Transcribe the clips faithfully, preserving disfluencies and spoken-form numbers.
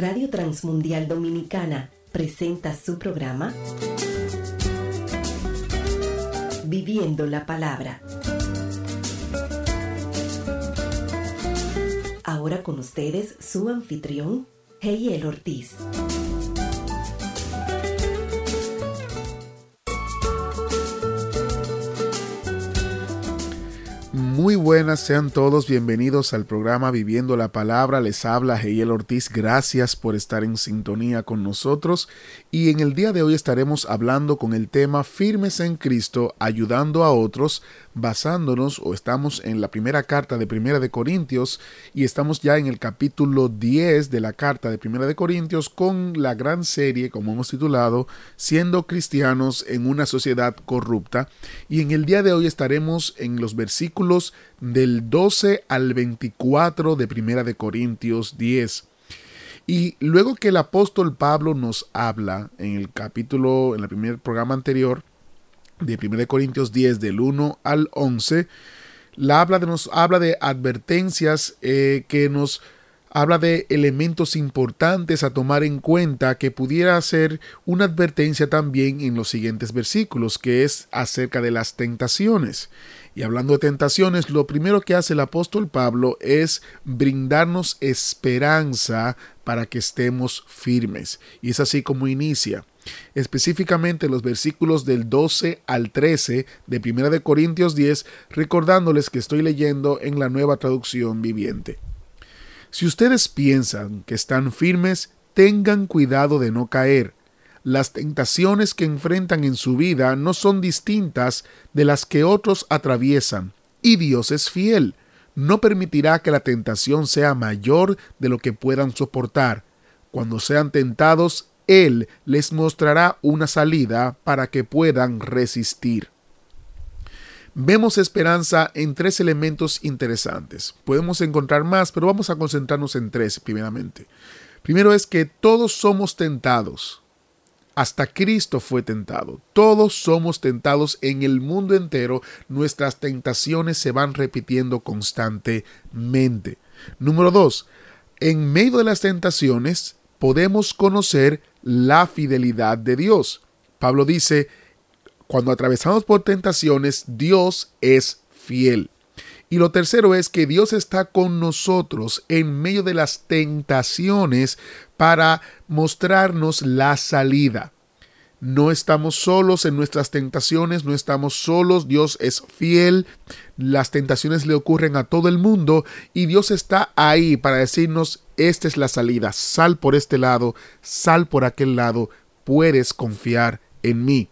Radio Transmundial Dominicana presenta su programa Viviendo la Palabra. Ahora con ustedes su anfitrión, Heiel Ortiz. Muy buenas, sean todos bienvenidos al programa Viviendo la Palabra. Les habla Heiel Ortiz. Gracias por estar en sintonía con nosotros. Y en el día de hoy estaremos hablando con el tema Firmes en Cristo, ayudando a otros, basándonos, o estamos en la primera carta de Primera de Corintios, y estamos ya en el capítulo diez de la carta de Primera de Corintios, con la gran serie, como hemos titulado, Siendo cristianos en una sociedad corrupta. Y en el día de hoy estaremos en los versículos del doce al veinticuatro de Primera de Corintios diez. Y luego que el apóstol Pablo nos habla en el capítulo, en el primer programa anterior de Primera de Corintios diez, del uno al once, la habla de, nos habla de advertencias eh, que nos habla de elementos importantes a tomar en cuenta, que pudiera ser una advertencia también en los siguientes versículos, que es acerca de las tentaciones. Y hablando de tentaciones, lo primero que hace el apóstol Pablo es brindarnos esperanza para que estemos firmes. Y es así como inicia. Específicamente los versículos del doce al trece de Primera de Corintios diez, recordándoles que estoy leyendo en la Nueva Traducción Viviente. Si ustedes piensan que están firmes, tengan cuidado de no caer. Las tentaciones que enfrentan en su vida no son distintas de las que otros atraviesan, y Dios es fiel. No permitirá que la tentación sea mayor de lo que puedan soportar. Cuando sean tentados, Él les mostrará una salida para que puedan resistir. Vemos esperanza en tres elementos interesantes. Podemos encontrar más, pero vamos a concentrarnos en tres primeramente. Primero es que todos somos tentados. Hasta Cristo fue tentado. Todos somos tentados en el mundo entero. Nuestras tentaciones se van repitiendo constantemente. Número dos, en medio de las tentaciones podemos conocer la fidelidad de Dios. Pablo dice, cuando atravesamos por tentaciones, Dios es fiel. Y lo tercero es que Dios está con nosotros en medio de las tentaciones para mostrarnos la salida. No estamos solos en nuestras tentaciones, no estamos solos, Dios es fiel, las tentaciones le ocurren a todo el mundo y Dios está ahí para decirnos, esta es la salida, sal por este lado, sal por aquel lado, puedes confiar en mí.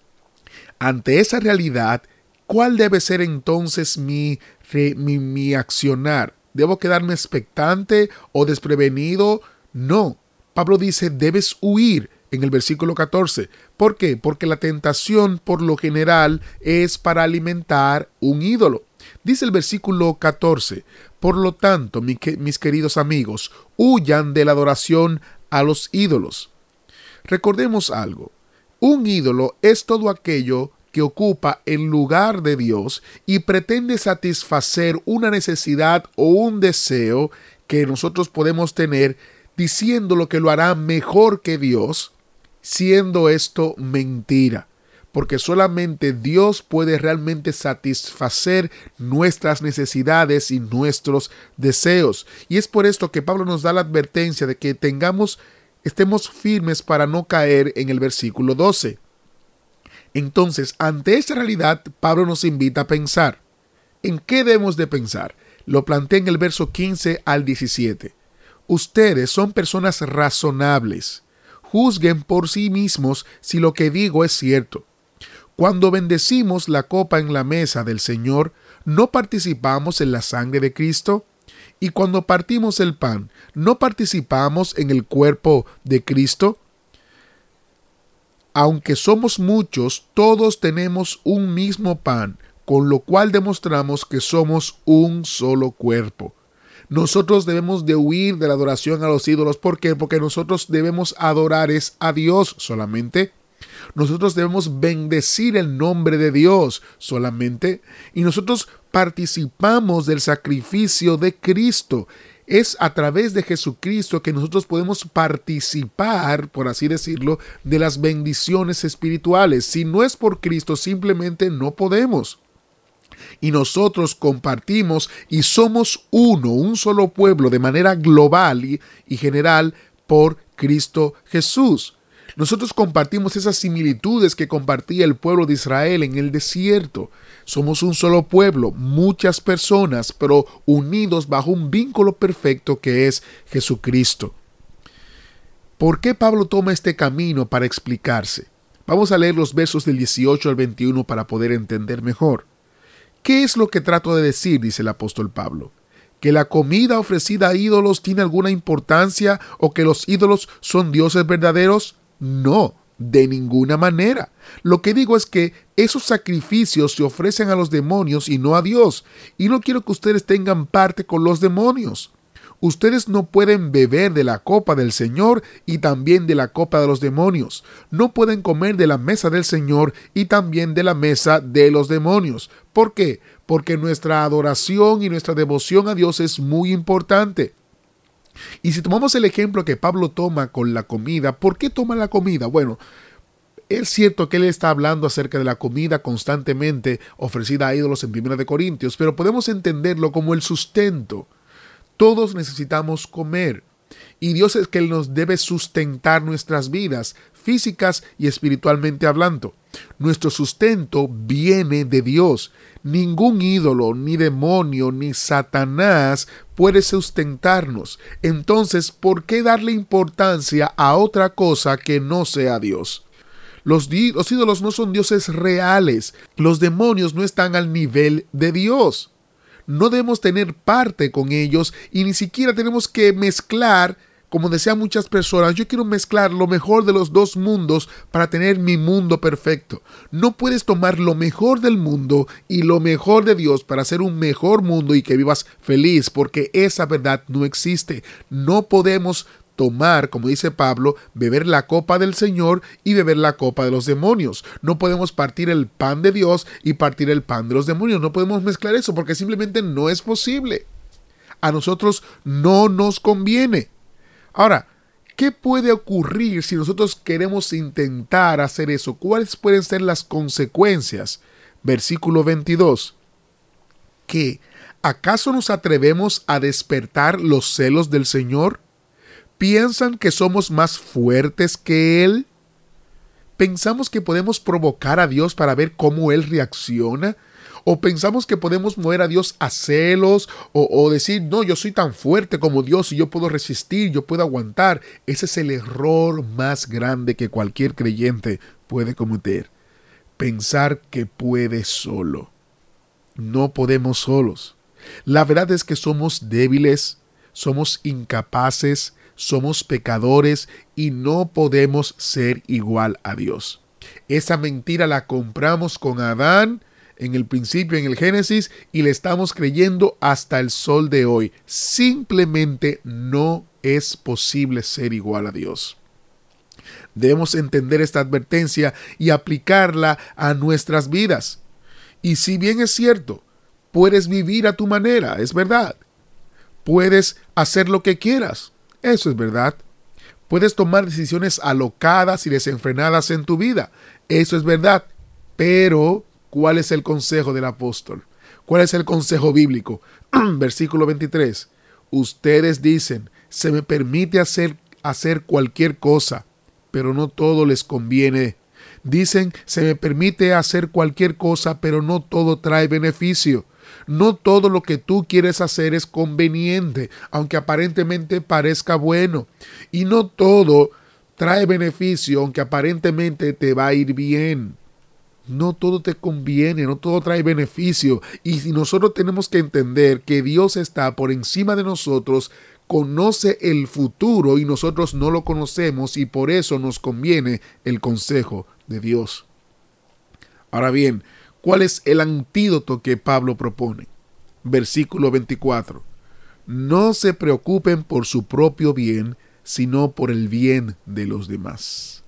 Ante esa realidad, ¿cuál debe ser entonces mi, mi, mi accionar? ¿Debo quedarme expectante o desprevenido? No. Pablo dice, debes huir en el versículo catorce. ¿Por qué? Porque la tentación, por lo general, es para alimentar un ídolo. Dice el versículo catorce, por lo tanto, mi, mis queridos amigos, huyan de la adoración a los ídolos. Recordemos algo. Un ídolo es todo aquello que ocupa el lugar de Dios y pretende satisfacer una necesidad o un deseo que nosotros podemos tener, diciendo lo que lo hará mejor que Dios, siendo esto mentira. Porque solamente Dios puede realmente satisfacer nuestras necesidades y nuestros deseos. Y es por esto que Pablo nos da la advertencia de que tengamos Estemos firmes para no caer en el versículo doce. Entonces, ante esta realidad, Pablo nos invita a pensar. ¿En qué debemos de pensar? Lo plantea en el verso quince al diecisiete. Ustedes son personas razonables. Juzguen por sí mismos si lo que digo es cierto. Cuando bendecimos la copa en la mesa del Señor, ¿no participamos en la sangre de Cristo? Y cuando partimos el pan, ¿no participamos en el cuerpo de Cristo? Aunque somos muchos, todos tenemos un mismo pan, con lo cual demostramos que somos un solo cuerpo. Nosotros debemos de huir de la adoración a los ídolos. ¿Por qué? Porque nosotros debemos adorar es a Dios solamente. Nosotros debemos bendecir el nombre de Dios solamente. Y nosotros participamos del sacrificio de Cristo. Es a través de Jesucristo que nosotros podemos participar, por así decirlo, de las bendiciones espirituales. Si no es por Cristo, simplemente no podemos. Y nosotros compartimos y somos uno, un solo pueblo, de manera global y, y general por Cristo Jesús. Nosotros compartimos esas similitudes que compartía el pueblo de Israel en el desierto. Somos un solo pueblo, muchas personas, pero unidos bajo un vínculo perfecto que es Jesucristo. ¿Por qué Pablo toma este camino para explicarse? Vamos a leer los versos del dieciocho al veintiuno para poder entender mejor. ¿Qué es lo que trato de decir?, dice el apóstol Pablo. ¿Que la comida ofrecida a ídolos tiene alguna importancia o que los ídolos son dioses verdaderos? No, de ninguna manera. Lo que digo es que esos sacrificios se ofrecen a los demonios y no a Dios. Y no quiero que ustedes tengan parte con los demonios. Ustedes no pueden beber de la copa del Señor y también de la copa de los demonios. No pueden comer de la mesa del Señor y también de la mesa de los demonios. ¿Por qué? Porque nuestra adoración y nuestra devoción a Dios es muy importante. Y si tomamos el ejemplo que Pablo toma con la comida, ¿por qué toma la comida? Bueno, es cierto que él está hablando acerca de la comida constantemente ofrecida a ídolos en Primera de Corintios, pero podemos entenderlo como el sustento. Todos necesitamos comer y Dios es que Él nos debe sustentar nuestras vidas, físicas y espiritualmente hablando. Nuestro sustento viene de Dios. Ningún ídolo, ni demonio, ni Satanás puede sustentarnos. Entonces, ¿por qué darle importancia a otra cosa que no sea Dios? Los, di- los ídolos no son dioses reales. Los demonios no están al nivel de Dios. No debemos tener parte con ellos y ni siquiera tenemos que mezclar, como desean muchas personas. Yo quiero mezclar lo mejor de los dos mundos para tener mi mundo perfecto. No puedes tomar lo mejor del mundo y lo mejor de Dios para hacer un mejor mundo y que vivas feliz, porque esa verdad no existe. No podemos tomar, como dice Pablo, beber la copa del Señor y beber la copa de los demonios. No podemos partir el pan de Dios y partir el pan de los demonios. No podemos mezclar eso porque simplemente no es posible. A nosotros no nos conviene. Ahora, ¿qué puede ocurrir si nosotros queremos intentar hacer eso? ¿Cuáles pueden ser las consecuencias? Versículo veintidós. ¿Qué? ¿Acaso nos atrevemos a despertar los celos del Señor? ¿Piensan que somos más fuertes que Él? ¿Pensamos que podemos provocar a Dios para ver cómo Él reacciona? ¿O pensamos que podemos mover a Dios a celos? O, o decir, no, yo soy tan fuerte como Dios y yo puedo resistir, yo puedo aguantar. Ese es el error más grande que cualquier creyente puede cometer. Pensar que puede solo. No podemos solos. La verdad es que somos débiles, somos incapaces, somos pecadores y no podemos ser igual a Dios. Esa mentira la compramos con Adán en el principio, en el Génesis, y le estamos creyendo hasta el sol de hoy. Simplemente no es posible ser igual a Dios. Debemos entender esta advertencia y aplicarla a nuestras vidas. Y si bien es cierto, puedes vivir a tu manera, es verdad. Puedes hacer lo que quieras. Eso es verdad. Puedes tomar decisiones alocadas y desenfrenadas en tu vida. Eso es verdad. Pero, ¿cuál es el consejo del apóstol? ¿Cuál es el consejo bíblico? Versículo veintitrés. Ustedes dicen, se me permite hacer, hacer cualquier cosa, pero no todo les conviene. Dicen, se me permite hacer cualquier cosa, pero no todo trae beneficio. No todo lo que tú quieres hacer es conveniente, aunque aparentemente parezca bueno. Y no todo trae beneficio, aunque aparentemente te va a ir bien. No todo te conviene, no todo trae beneficio. Y si nosotros tenemos que entender que Dios está por encima de nosotros, conoce el futuro y nosotros no lo conocemos, y por eso nos conviene el consejo de Dios. Ahora bien, ¿cuál es el antídoto que Pablo propone? Versículo veinticuatro. No se preocupen por su propio bien, sino por el bien de los demás.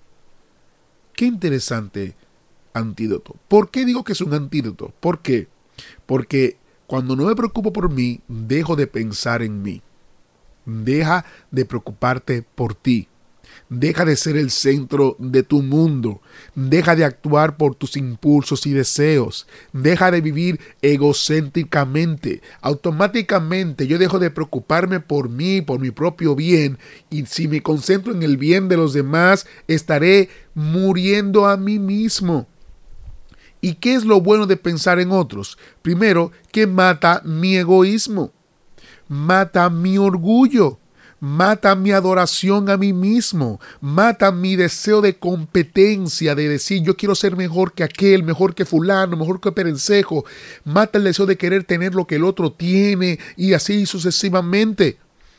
Qué interesante antídoto. ¿Por qué digo que es un antídoto? ¿Por qué? Porque cuando no me preocupo por mí, dejo de pensar en mí. Deja de preocuparte por ti. Deja de ser el centro de tu mundo. Deja de actuar por tus impulsos y deseos. Deja de vivir egocéntricamente. Automáticamente yo dejo de preocuparme por mí, por mi propio bien. Y si me concentro en el bien de los demás, estaré muriendo a mí mismo. ¿Y qué es lo bueno de pensar en otros? Primero, que mata mi egoísmo. Mata mi orgullo. Mata mi adoración a mí mismo, mata mi deseo de competencia, de decir yo quiero ser mejor que aquel, mejor que fulano, mejor que perencejo. Mata el deseo de querer tener lo que el otro tiene y así sucesivamente.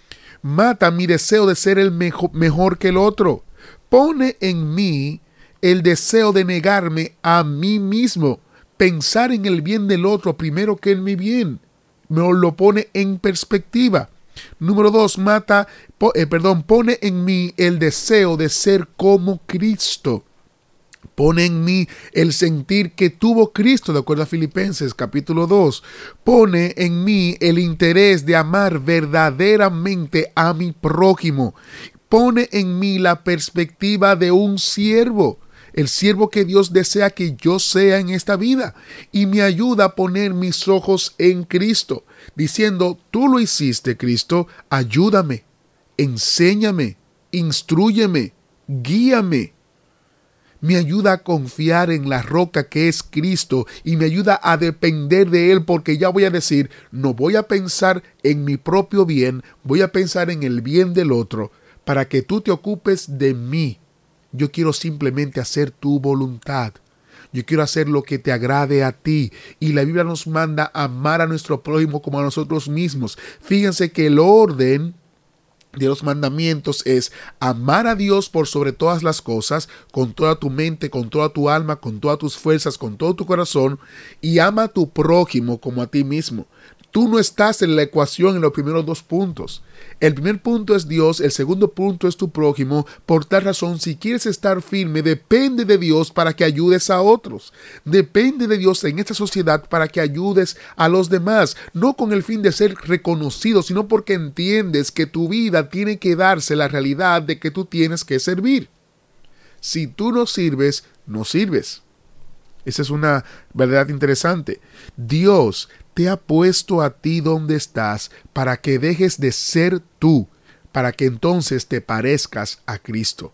Mata mi deseo de ser el mejor, mejor que el otro. Pone en mí el deseo de negarme a mí mismo, pensar en el bien del otro primero que en mi bien. Me lo pone en perspectiva. Número dos, mata, po, eh, perdón, pone en mí el deseo de ser como Cristo. Pone en mí el sentir que tuvo Cristo, de acuerdo a Filipenses capítulo dos. Pone en mí el interés de amar verdaderamente a mi prójimo. Pone en mí la perspectiva de un siervo. El siervo que Dios desea que yo sea en esta vida, y me ayuda a poner mis ojos en Cristo, diciendo, tú lo hiciste, Cristo, ayúdame, enséñame, instrúyeme, guíame. Me ayuda a confiar en la roca que es Cristo y me ayuda a depender de Él, porque ya voy a decir, no voy a pensar en mi propio bien, voy a pensar en el bien del otro, para que tú te ocupes de mí. Yo quiero simplemente hacer tu voluntad. Yo quiero hacer lo que te agrade a ti. Y la Biblia nos manda a amar a nuestro prójimo como a nosotros mismos. Fíjense que el orden de los mandamientos es amar a Dios por sobre todas las cosas, con toda tu mente, con toda tu alma, con todas tus fuerzas, con todo tu corazón, y ama a tu prójimo como a ti mismo. Tú no estás en la ecuación en los primeros dos puntos. El primer punto es Dios, el segundo punto es tu prójimo. Por tal razón, si quieres estar firme, depende de Dios para que ayudes a otros. Depende de Dios en esta sociedad para que ayudes a los demás. No con el fin de ser reconocido, sino porque entiendes que tu vida tiene que darse la realidad de que tú tienes que servir. Si tú no sirves, no sirves. Esa es una verdad interesante. Dios te ha puesto a ti donde estás para que dejes de ser tú, para que entonces te parezcas a Cristo.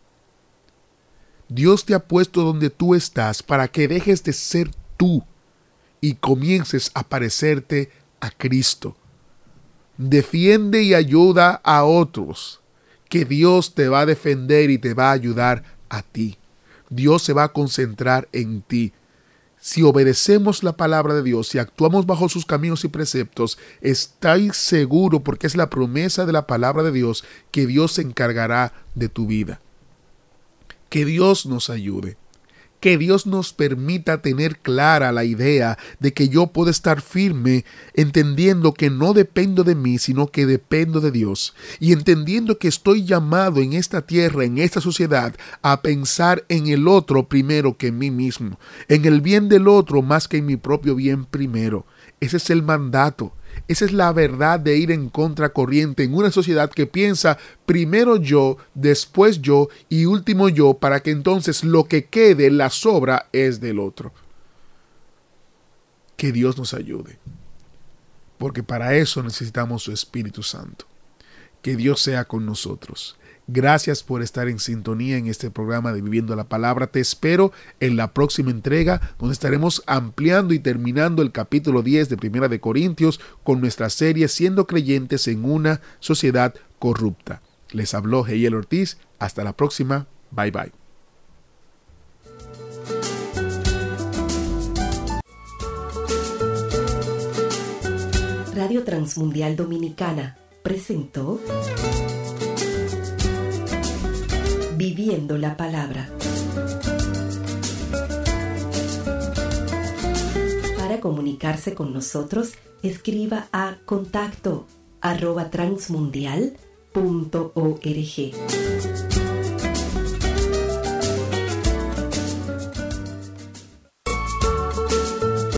Dios te ha puesto donde tú estás para que dejes de ser tú y comiences a parecerte a Cristo. Defiende y ayuda a otros, que Dios te va a defender y te va a ayudar a ti. Dios se va a concentrar en ti. Si obedecemos la palabra de Dios, si actuamos bajo sus caminos y preceptos, estoy seguro, porque es la promesa de la palabra de Dios, que Dios se encargará de tu vida. Que Dios nos ayude. Que Dios nos permita tener clara la idea de que yo puedo estar firme, entendiendo que no dependo de mí, sino que dependo de Dios. Y entendiendo que estoy llamado en esta tierra, en esta sociedad, a pensar en el otro primero que en mí mismo. En el bien del otro más que en mi propio bien primero. Ese es el mandato. Esa es la verdad de ir en contracorriente en una sociedad que piensa primero yo, después yo y último yo, para que entonces lo que quede, la sobra, es del otro. Que Dios nos ayude, porque para eso necesitamos su Espíritu Santo. Que Dios sea con nosotros. Gracias por estar en sintonía en este programa de Viviendo la Palabra. Te espero en la próxima entrega, donde estaremos ampliando y terminando el capítulo diez de Primera de Corintios con nuestra serie Siendo creyentes en una sociedad corrupta. Les habló Heiel Ortiz. Hasta la próxima. Bye bye. Radio Transmundial Dominicana presentó Viviendo la Palabra. Para comunicarse con nosotros, escriba a contacto arroba transmundial punto org.